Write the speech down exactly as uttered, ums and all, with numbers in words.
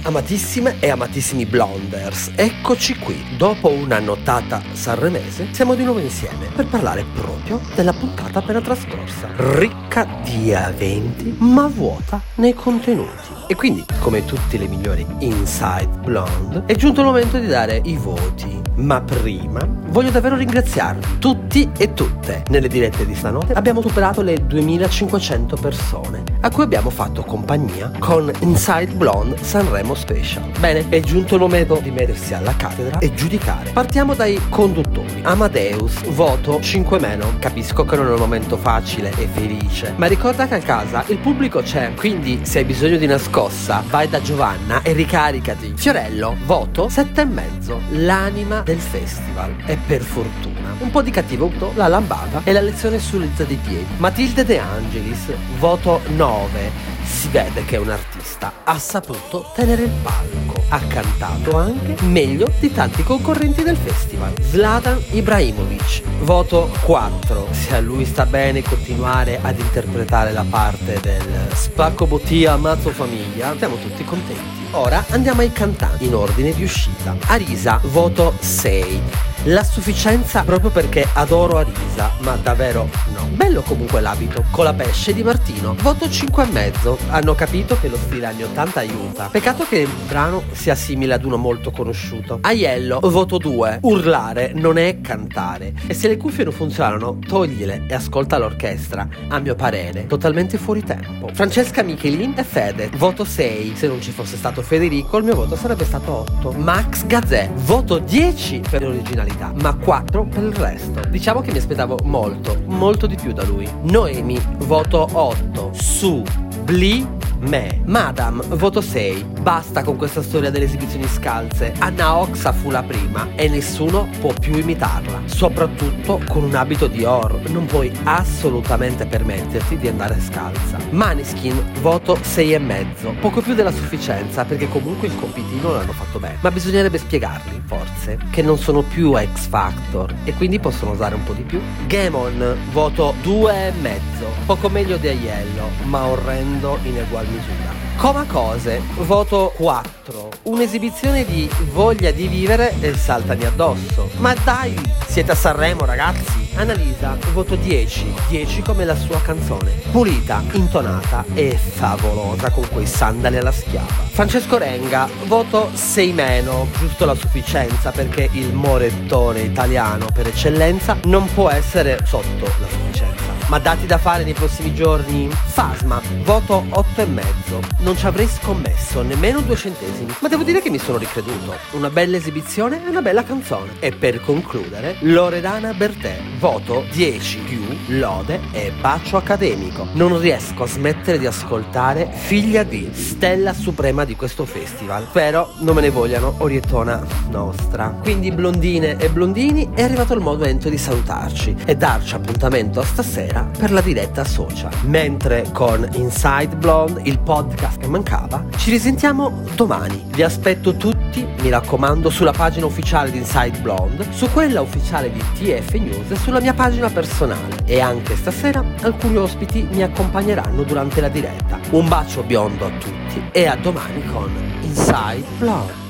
Amatissime e amatissimi Blonders, eccoci qui. Dopo una nottata sanremese siamo di nuovo insieme per parlare proprio della puntata appena trascorsa, ricca di eventi ma vuota nei contenuti. E quindi, come tutte le migliori Inside Blonde, è giunto il momento di dare i voti. Ma prima voglio davvero ringraziarvi tutti e tutte. Nelle dirette di stanotte abbiamo superato le duemilacinquecento persone a cui abbiamo fatto compagnia con Inside Blonde Sanremo Special. Bene, è giunto il momento di mettersi alla cattedra e giudicare. Partiamo dai conduttori. Amadeus, voto cinque meno. Capisco che non è un momento facile e felice, ma ricorda che a casa il pubblico c'è, quindi se hai bisogno di una scossa vai da Giovanna e ricaricati. Fiorello, voto sette e mezzo. L'anima del festival, e per fortuna un po' di cattivo gusto, la lambada e la lezione sull'izza dei piedi. Matilde De Angelis, voto nove. Si vede che è un artista, ha saputo tenere il palco, ha cantato anche meglio di tanti concorrenti del festival. Zlatan Ibrahimovic, voto quattro. Se a lui sta bene continuare ad interpretare la parte del spacco bottia ammazzo famiglia, siamo tutti contenti. Ora andiamo ai cantanti in ordine di uscita. Arisa, voto sei. La sufficienza proprio perché adoro Arisa, ma davvero no. Bello comunque l'abito, con la pesce di Martino, voto cinque e mezzo. Hanno capito che lo stile anni ottanta aiuta. Peccato che il brano sia simile ad uno molto conosciuto. Aiello, voto due. Urlare non è cantare, e se le cuffie non funzionano toglile e ascolta l'orchestra. A mio parere totalmente fuori tempo. Francesca Michelin e Fede, voto sei. Se non ci fosse stato Federico il mio voto sarebbe stato otto. Max Gazzè, voto dieci per l'originalità ma quattro per il resto. Diciamo che mi aspettavo molto, molto di più da lui. Noemi, voto otto. Su Bli Me. Madame, voto sei. Basta con questa storia delle esibizioni scalze. Anna Oxa fu la prima e nessuno può più imitarla, soprattutto con un abito Dior. Non puoi assolutamente permetterti di andare scalza. Maneskin, voto sei e mezzo. Poco più della sufficienza, perché comunque il compitino l'hanno fatto bene, ma bisognerebbe spiegarli forse che non sono più X Factor e quindi possono usare un po' di più. Gamon, voto due e mezzo. Poco meglio di Aiello, ma orrendo in egual misura. Coma Cose, voto quattro. Un'esibizione di voglia di vivere e saltami addosso. Ma dai, siete a Sanremo ragazzi. Annalisa, voto dieci. dieci come la sua canzone. Pulita, intonata e favolosa con quei sandali alla schiava. Francesco Renga, voto sei meno. Giusto la sufficienza, perché il morettone italiano per eccellenza non può essere sotto la sufficienza. Ma dati da fare nei prossimi giorni? Fasma, voto otto e mezzo. Non ci avrei scommesso nemmeno due centesimi, ma devo dire che mi sono ricreduto. Una bella esibizione e una bella canzone. E per concludere, Loredana Bertè, voto dieci più lode e bacio accademico. Non riesco a smettere di ascoltare Figlia di, stella suprema di questo festival. Spero non me ne vogliano, oriettona nostra. Quindi blondine e blondini, è arrivato il momento di salutarci e darci appuntamento stasera per la diretta social. Mentre con Inside Blonde, il podcast che mancava, ci risentiamo domani. Vi aspetto tutti, mi raccomando, sulla pagina ufficiale di Inside Blonde, su quella ufficiale di T F News e sulla mia pagina personale. E anche stasera alcuni ospiti mi accompagneranno durante la diretta. Un bacio biondo a tutti e a domani con Inside Blonde.